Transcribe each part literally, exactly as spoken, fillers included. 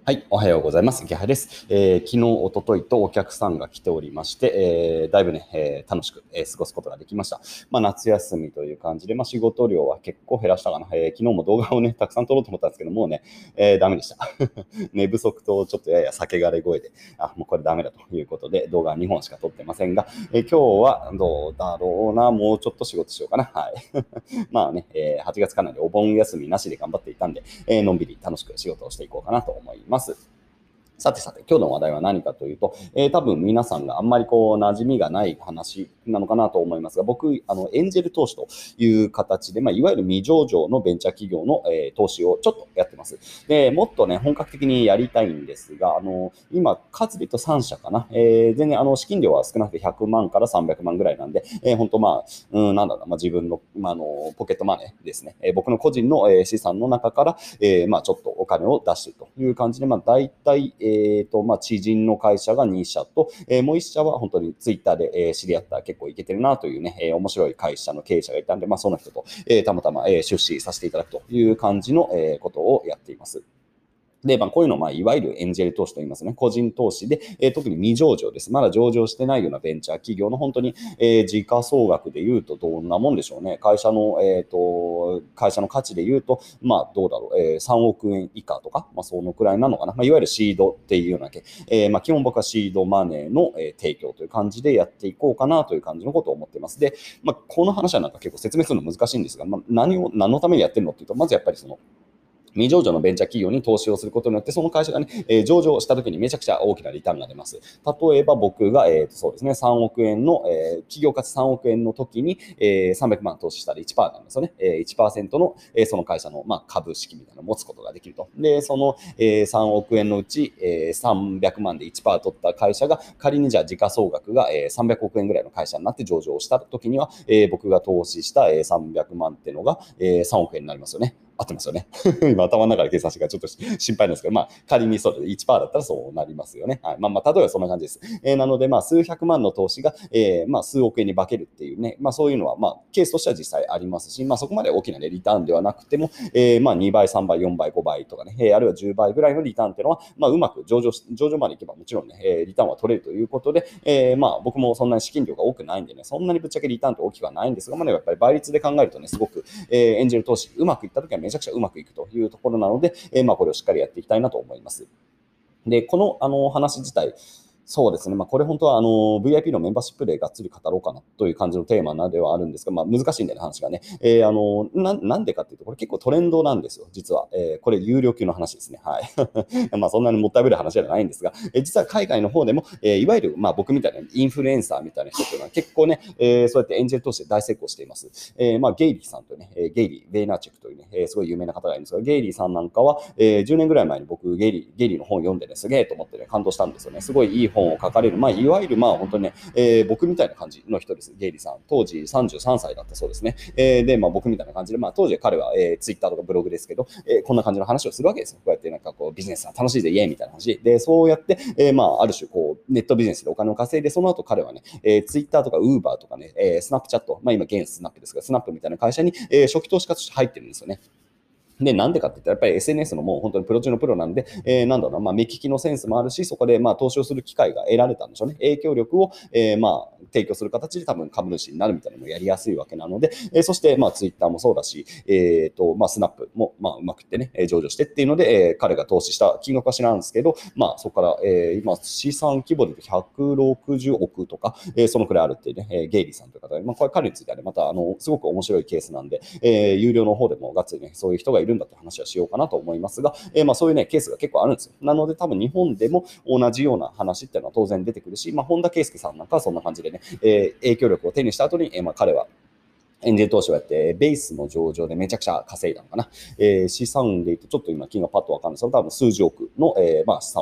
はい、おはようございます。池原です。えー昨日、おとといとお客さんが来ておりまして、えーだいぶね、えー楽しく、えー過ごすことができました。まあ、夏休みという感じで、まあ、仕事量は結構減らしたかな。えー昨日も動画をね、たくさん撮ろうと思ったんですけど、もうね、えーダメでした。寝不足とちょっとやや酒枯れ声で、あ、もうこれダメだということで、動画はにほんしか撮ってませんが、えー今日はどうだろうな、もうちょっと仕事しようかな。はい。まあね、えーはちがつかなりお盆休みなしで頑張っていたんで、えーのんびり楽しく仕事をしていこうかなと思います。さてさて、今日の話題は何かというと、えー多分皆さんがあんまりこう、馴染みがない話なのかなと思いますが、僕、あの、エンジェル投資という形で、まあ、いわゆる未上場のベンチャー企業の、えー投資をちょっとやってます。で、もっとね、本格的にやりたいんですが、あの、今、数で言うとさん社かな。えー全然、あの、資金量は少なくてひゃくまんからさんびゃくまんぐらいなんで、えー、本当まあ、うん、なんだろうな、まあ、自分の、まあ、あの、ポケットマネーですね。えー僕の個人の、えー資産の中から、えーまあ、ちょっとお金を出しているという感じで、まあ、大体、えーとまあ、知人の会社がに社と、えーもういっ社は本当にツイッターで、えー知り合った結構いけてるなというね、えー面白い会社の経営者がいたんで、まあ、その人と、えーたまたま、えー出資させていただくという感じの、えーことをやっています。で、まあ、こういうのを、まあ、いわゆるエンジェル投資と言いますね。個人投資で、えー特に未上場です。まだ上場してないようなベンチャー企業の本当に、えー時価総額で言うとどんなもんでしょうね。会社の、えっ、と、会社の価値で言うと、まあ、どうだろう、えーさんおく円以下とか、まあ、そのくらいなのかな。まあ、いわゆるシードっていうようなけ、えーまあ、基本僕はシードマネーの、えー提供という感じでやっていこうかなという感じのことを思っています。で、まあ、この話はなんか結構説明するの難しいんですが、まあ、何を、何のためにやってるのっていうと、まずやっぱりその、未上場のベンチャー企業に投資をすることによって、その会社がね、えー上場したときにめちゃくちゃ大きなリターンが出ます。例えば僕が、えーとそうですね、さんおく円の、えー企業価値さんおく円の時に、えーさんびゃくまん投資したらいちパーセントなんですよね。えー、いちパーセントの、えーその会社の、まあ、株式みたいなのを持つことができると。で、その、えーさんおく円のうち、えーさんびゃくまんでいちパーセント取った会社が、仮にじゃあ時価総額が、えーさんびゃくおく円ぐらいの会社になって上場した時には、えー僕が投資した、えーさんびゃくまんっていうのが、えーさんおく円になりますよね。合ってますよね。今頭の中で計算してからちょっと心配なんですけど、まあ仮にそうでいちパーセントだったらそうなりますよね。はい。まあまあ例えばそんな感じです。えーなのでまあ数百万の投資が、えーまあ数億円に化けるっていうね、まあそういうのはまあケースとしては実際ありますし、まあそこまで大きな、ね、リターンではなくても、えーまあにばい、さんばい、よんばい、ごばいとかね、えーあるいはじゅうばいぐらいのリターンっていうのは、まあうまく上場し、上場までいけばもちろんね、えーリターンは取れるということで、えーまあ僕もそんなに資金量が多くないんでね、そんなにぶっちゃけリターンって大きくはないんですが、まあね、やっぱり倍率で考えるとね、すごく、えーエンジェル投資うまくいった時はめちゃくちゃうまくいくというところなので、えーまあこれをしっかりやっていきたいなと思います。で、この、あの、話自体、そうですね。まあ、これ本当は、あの、ブイアイピー のメンバーシップでがっつり語ろうかなという感じのテーマなではあるんですが、まあ、難しいんだよね、話がね。えーあの、な、なんでかっていうと、これ結構トレンドなんですよ、実は。えーこれ有料級の話ですね。はい。まあ、そんなにもったいぶる話じゃないんですが、えー実は海外の方でも、えーいわゆる、まあ、僕みたいなインフルエンサーみたいな人っていうのは結構ね、えーそうやってエンジェル投資で大成功しています。えーまあ、ゲイリーさんというね、えーゲイリー、ベイナーチェックというね、えーすごい有名な方がいるんですが、ゲイリーさんなんかは、えーじゅうねんぐらい前に僕、ゲイリー、ゲイリーの本を読んでね、すげえと思ってね、感動したんですよね。すごいいい本を書かれる、まあ、いわゆる、まあ、本当にね、えー僕みたいな感じの人です、ゲイリーさん。当時さんじゅうさんさいだったそうですね。えーで、まあ、僕みたいな感じで、まあ、当時彼は、えー、ツイッターとかブログですけど、えーこんな感じの話をするわけですよ。こうやってなんかこう、ビジネスは楽しいぜ、イエーみたいな話。で、そうやって、えーまあ、ある種、こう、ネットビジネスでお金を稼いで、その後彼はね、えー、ツイッターとかウーバーとかね、えー、スナップチャット、まあ、今、現スナップですが、スナップみたいな会社に、えー初期投資家として入ってるんですよね。で、なんでかって言ったら、やっぱり エスエヌエス のもう本当にプロ中のプロなんで、えー、なんだろうな、まあ、目利きのセンスもあるし、そこでまあ投資をする機会が得られたんでしょうね。影響力を、えー、まあ提供する形で多分株主になるみたいなのもやりやすいわけなので、えー、そしてまあ Twitter もそうだし、えーとまあ、スナップもまあうまくいってね、上場してっていうので、えー、彼が投資した金額は知らんですけど、まあそこから、えー、今資産規模でひゃくろくじゅうおくとか、えー、そのくらいあるっていうね、えー、ゲイリーさんという方で、まあ、これ彼についてはね、またあのすごく面白いケースなんで、えー、有料の方でもがっつりね、そういう人がいるんだって話はしようかなと思いますが、えー、まあそういうね、ケースが結構あるんですよ。なので多分日本でも同じような話っていうのは当然出てくるし、まあ本田圭佑さんなんかはそんな感じでね、えー、影響力を手にした後に、えー、まあ彼はエンジェル投資をやって、ベースの上場でめちゃくちゃ稼いだのかな。えー資産で言うと、ちょっと今金がパッとわかんないですけど、多分数十億の、えーまあ、資産を持っていると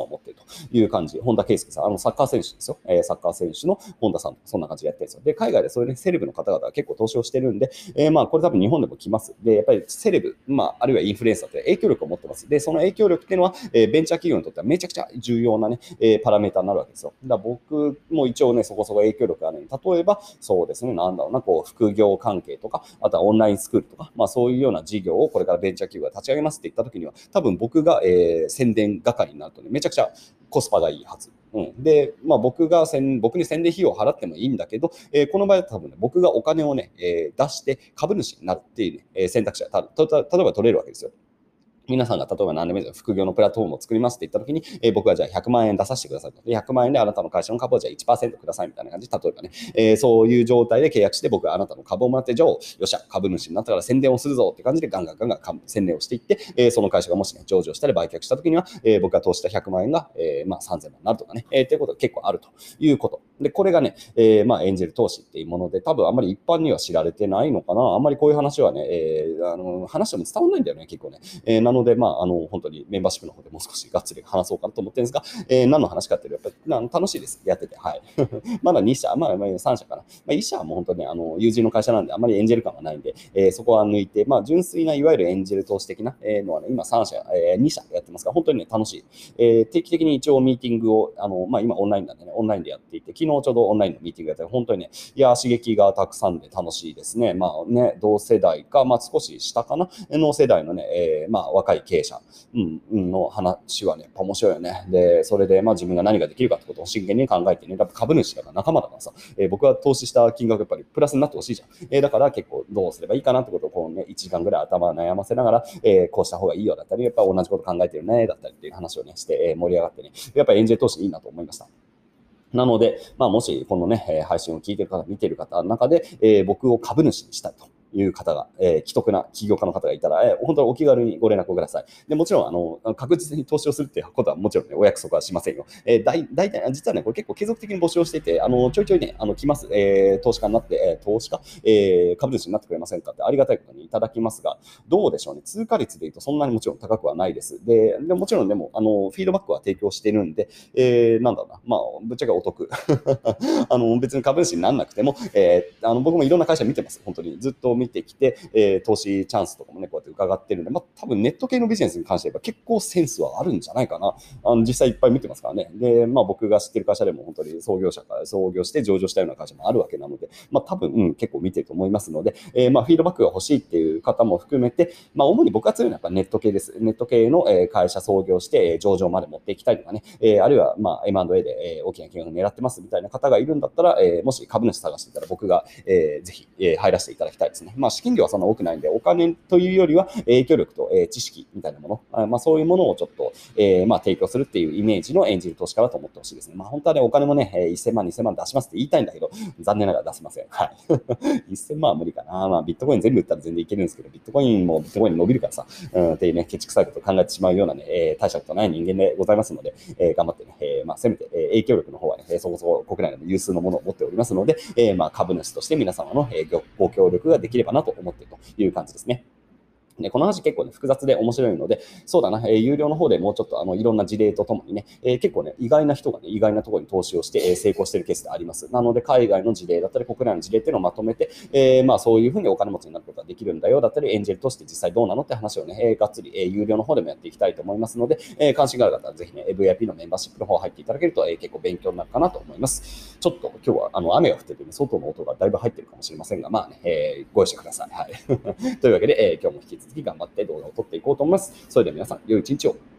いう感じ。本田圭佑さん、あのサッカー選手ですよ。えー、サッカー選手の本田さん、そんな感じでやってるんですよ。で、海外でそういう、ね、セレブの方々は結構投資をしてるんで、えー、まあ、これ多分日本でも来ます。で、やっぱりセレブ、まあ、あるいはインフルエンサーって影響力を持ってます。で、その影響力っていうのは、えー、ベンチャー企業にとってはめちゃくちゃ重要なね、えー、パラメータになるわけですよ。だから僕も一応ね、そこそこ影響力があるのに、例えば、そうですね、なんだろうな、こう、副業関係とか、あとはオンラインスクールとか、まあ、そういうような事業をこれからベンチャー企業が立ち上げますって言った時には、多分僕が、えー、宣伝係になるとね、めちゃくちゃコスパがいいはず。うん、で、まあ、僕が僕に宣伝費用を払ってもいいんだけど、えー、この場合は多分ね、僕がお金をね、えー、出して株主になるっていう、ね、えー、選択肢がた例えば取れるわけですよ。皆さんが例えば何でもいいですよ。副業のプラットフォームを作りますって言ったときに、えー、僕はじゃあひゃくまんえん出させてくださいと。で、ひゃくまんえんであなたの会社の株をじゃあいちパーセントくださいみたいな感じで、例えばね、えー、そういう状態で契約して僕はあなたの株をもらって、じゃあ、よっしゃ、株主になったから宣伝をするぞって感じでガンガンガンガン宣伝をしていって、えー、その会社がもしね、上場したり売却したときには、えー、僕が投資したひゃくまんえんが、えー、まあさんぜんまんになるとかね、えー、っていうことが結構あるということ。で、これがね、えー、まあエンジェル投資っていうもので、多分あんまり一般には知られてないのかな。あんまりこういう話はね、えー、あの話しても伝わらないんだよね、結構ね。えー、なので、まあ、あの、本当にメンバーシップの方でもう少しがっつり話そうかなと思ってるんですが、えー、何の話かっていうと、やっぱり楽しいです。やってて。はい。まだに社、まあさん社かな。まあ、いっ社はもう本当に、ね、あの、友人の会社なんで、あんまりエンジェル感はないんで、えー、そこは抜いて、まあ、純粋ないわゆるエンジェル投資的なのはね、今さん社、えー、に社やってますが、本当にね、楽しい。えー、定期的に一応ミーティングを、あの、まあ、今オンラインなんでね、オンラインでやっていて、昨日ちょうどオンラインのミーティングやって、本当にね、いや、刺激がたくさんで楽しいですね。まあね、同世代か、まあ少し下かな、の世代のね、えー、まあ若い経営者、うんうん、の話はね、やっぱ面白いよね。で、それで、まあ自分が何ができるかってことを真剣に考えてね、やっぱ株主だから仲間だからさ、えー、僕は投資した金額やっぱりプラスになってほしいじゃん。えー、だから結構どうすればいいかなってことをこうね、いちじかんぐらい頭を悩ませながら、えー、こうした方がいいよだったり、やっぱ同じこと考えてるね、だったりっていう話をね、して、えー、盛り上がってね、やっぱりエンジェル投資いいなと思いました。なので、まあ、もしこのね、配信を聞いている方、見ている方の中で、えー、僕を株主にしたいという方が、えー、既得な起業家の方がいたら、えー、本当にお気軽にご連絡をください。でもちろん、あの、確実に投資をするっていうことはもちろんね、お約束はしませんよ。えー、大大体、実はね、これ結構継続的に募集をしていて、あの、ちょいちょいね、あの、来ます。えー、投資家になって、えー、投資家、えー、株主になってくれませんかってありがたいことにいただきますが、どうでしょうね。通過率で言うとそんなにもちろん高くはないです。で、でもちろんでも、あの、フィードバックは提供しているんで、えー、なんだろうな、まあ、ぶっちゃけお得。あの、別に株主にならなくても、えー、あの、僕もいろんな会社見てます。本当に。ずっと見てきて、えー、投資チャンスとかもね、こうやって伺ってるんで、まあ、多分ネット系のビジネスに関して言えば結構センスはあるんじゃないかな。あの、実際いっぱい見てますからね。で、まあ僕が知ってる会社でも本当に創業者から創業して上場したような会社もあるわけなので、まあ多分、うん、結構見てると思いますので、えー、まあフィードバックが欲しいっていう方も含めて、まあ主に僕が強いのはやっぱネット系です。ネット系の会社創業して上場まで持っていきたいとかね、えー、あるいはまあ エムアンドエー で大きな金額を狙ってますみたいな方がいるんだったら、えー、もし株主探していたら僕が、えー、ぜひ、えー、入らせていただきたいですね。まあ資金量はそんな多くないんで、お金というよりは影響力と、えー、知識みたいなもの、あまあそういうものをちょっと、えー、まあ提供するっていうイメージのエンジェル投資家だと思ってほしいですね。まあ本当はね、お金もね、いっせんまん、にせんまん出しますって言いたいんだけど、残念ながら出せません。はい。いっせんまんは無理かな。まあビットコイン全部売ったら全然いけるんですけど、ビットコインもビットコイン伸びるからさ、うん、っていうね、ケチくさいことを考えてしまうようなね、えー、大したことない人間でございますので、えー、頑張ってね、えー、まあせめて、えー、影響力の方はね、そこそこ国内でも有数のものを持っておりますので、えー、まあ株主として皆様の、えー、ご協力ができればなと思っているという感じですね。でこの話結構ね、複雑で面白いので、そうだな、えー、有料の方でもうちょっとあのいろんな事例とともにね、えー、結構ね、意外な人がね、意外なところに投資をして、えー、成功しているケースであります。なので、海外の事例だったり、国内の事例っていうのをまとめて、えー、まあそういうふうにお金持ちになることができるんだよ、だったり、エンジェルとして実際どうなのって話をね、えー、がっつり、えー、有料の方でもやっていきたいと思いますので、えー、関心がある方はぜひね、ブイアイピー のメンバーシップの方入っていただけると、えー、結構勉強になるかなと思います。ちょっと今日はあの雨が降ってて、ね、外の音がだいぶ入ってるかもしれませんが、まあね、えー、ご容赦ください。はい。というわけで、えー、今日も引き続き頑張って動画を撮っていこうと思います。それでは皆さん、良い一日を。